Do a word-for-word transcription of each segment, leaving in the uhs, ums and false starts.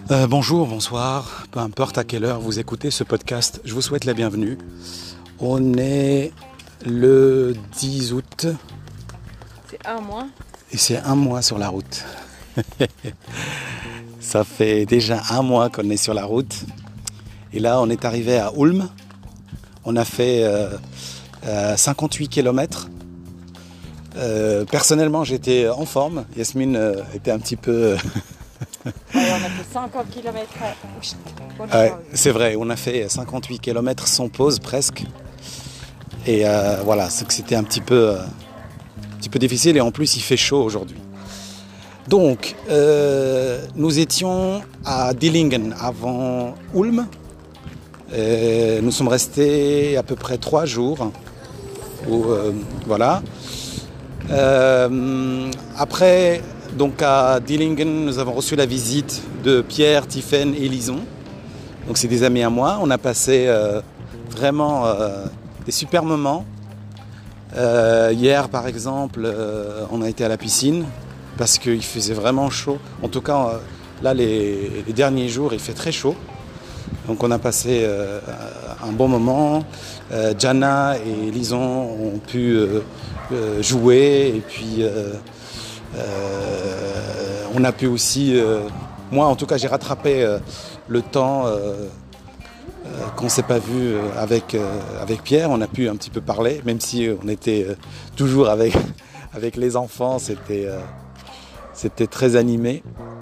Euh, bonjour, bonsoir, peu importe à quelle heure vous écoutez ce podcast, je vous souhaite la bienvenue. On est le dix août. C'est un mois. Et c'est un mois sur la route. Ça fait déjà un mois qu'on est sur la route. Et là, on est arrivé à Ulm. On a fait euh, euh, cinquante-huit kilomètres. Euh, personnellement, j'étais en forme. Yasmine euh, était un petit peu... Ouais, on a fait cinquante kilomètres. Ouais, c'est vrai, on a fait cinquante-huit kilomètres sans pause presque. Et euh, voilà, c'est que c'était un petit peu, euh, un petit peu difficile et en plus il fait chaud aujourd'hui. Donc, euh, nous étions à Dillingen avant Ulm. Et nous sommes restés à peu près trois jours. Où, euh, voilà. Euh, après... Donc à Dillingen, nous avons reçu la visite de Pierre, Tiffaine et Lison. Donc c'est des amis à moi. On a passé euh, vraiment euh, des super moments. Euh, hier par exemple, euh, on a été à la piscine parce qu'il faisait vraiment chaud. En tout cas, euh, là les, les derniers jours, il fait très chaud. Donc on a passé euh, un bon moment. Euh, Jana et Lison ont pu euh, euh, jouer et puis... Euh, Euh, on a pu aussi, euh, moi en tout cas j'ai rattrapé euh, le temps euh, euh, qu'on ne s'est pas vu avec, euh, avec Pierre, on a pu un petit peu parler, même si on était euh, toujours avec, avec les enfants, c'était, euh, c'était très animé.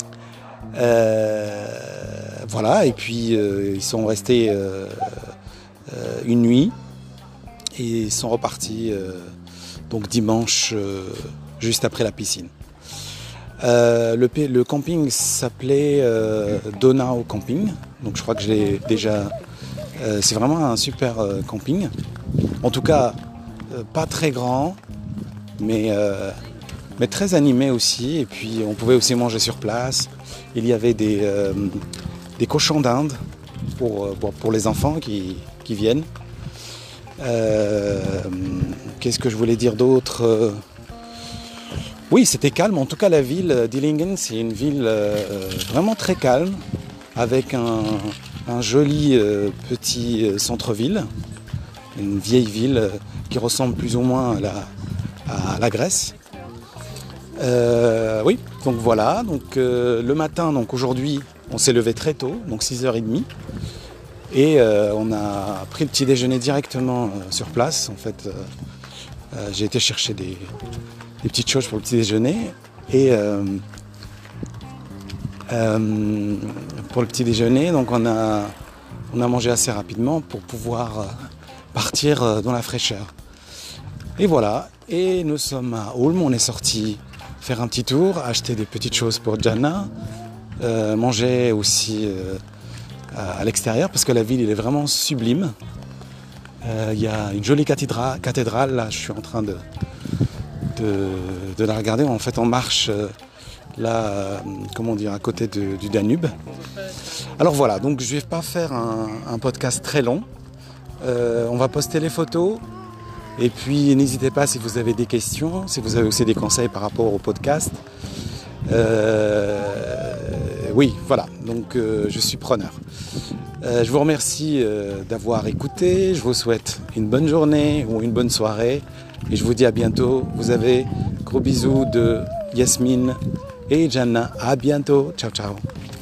Euh, voilà, et puis euh, ils sont restés euh, euh, une nuit et ils sont repartis euh, donc dimanche euh, juste après la piscine. Euh, le, le camping s'appelait euh, Donau Camping, donc je crois que je l'ai déjà... Euh, c'est vraiment un super euh, camping, en tout cas euh, pas très grand, mais, euh, mais très animé aussi, et puis on pouvait aussi manger sur place. Il y avait des, euh, des cochons d'Inde pour, pour, pour les enfants qui, qui viennent. Euh, qu'est-ce que je voulais dire d'autre ? Oui, c'était calme. En tout cas, la ville Dillingen, c'est une ville euh, vraiment très calme, avec un, un joli euh, petit centre-ville, une vieille ville euh, qui ressemble plus ou moins à la, à la Grèce. Euh, oui, donc voilà. Donc euh, le matin, donc aujourd'hui, on s'est levé très tôt, donc six heures trente, et euh, on a pris le petit déjeuner directement euh, sur place. En fait, euh, euh, j'ai été chercher des des petites choses pour le petit déjeuner et euh, euh, pour le petit déjeuner donc on a, on a mangé assez rapidement pour pouvoir partir dans la fraîcheur et voilà, et nous sommes à Ulm, on est sorti faire un petit tour, acheter des petites choses pour Jana, euh, manger aussi euh, à l'extérieur parce que la ville elle est vraiment sublime. Il euh, y a une jolie cathédrale, cathédrale là je suis en train de De, de la regarder. En fait on marche euh, là euh, comment dire à côté de, du Danube. Alors voilà, donc je vais pas faire un, un podcast très long, euh, on va poster les photos et puis n'hésitez pas si vous avez des questions, si vous avez aussi des conseils par rapport au podcast. Euh, oui voilà, donc euh, je suis preneur. Euh, je vous remercie euh, d'avoir écouté, je vous souhaite une bonne journée ou une bonne soirée et je vous dis à bientôt. Vous avez gros bisous de Yasmine et Jana, à bientôt, ciao ciao.